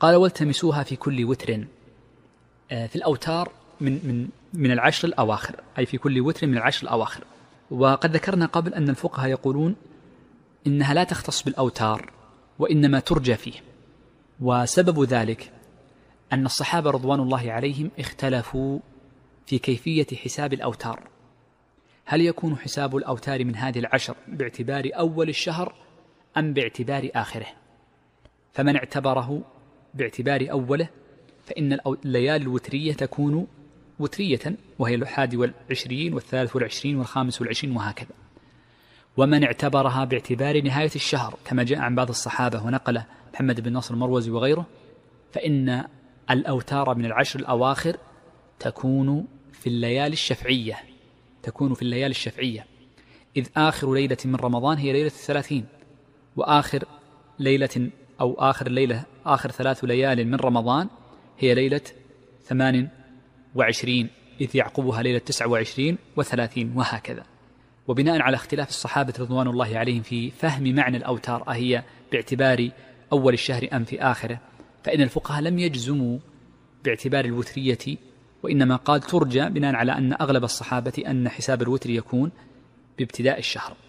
قال والتمسوها في كل وتر، في الأوتار من العشر الأواخر، أي في كل وتر من العشر الأواخر. وقد ذكرنا قبل أن الفقهاء يقولون إنها لا تختص بالأوتار وإنما ترجى فيه، وسبب ذلك أن الصحابة رضوان الله عليهم اختلفوا في كيفية حساب الأوتار، هل يكون حساب الأوتار من هذه العشر باعتبار أول الشهر أم باعتبار آخره؟ فمن اعتبره باعتبار أوله فإن الليالي الوترية تكون وترية، وهي 21 و23 و25 وهكذا. ومن اعتبرها باعتبار نهاية الشهر كما جاء عن بعض الصحابة ونقله محمد بن نصر المروزي وغيره، فإن الأوتار من العشر الأواخر تكون في الليالي الشفعية، إذ آخر ليلة من رمضان هي ليلة 30، وآخر ليلة أو آخر 3 ليال من رمضان هي ليلة 28، إذ يعقبها ليلة 29 و30 وهكذا. وبناء على اختلاف الصحابة رضوان الله عليهم في فهم معنى الأوتار، أهي باعتبار أول الشهر أم في آخره، فإن الفقهاء لم يجزموا باعتبار الوترية، وإنما قال ترجى، بناء على أن أغلب الصحابة أن حساب الوتر يكون بابتداء الشهر.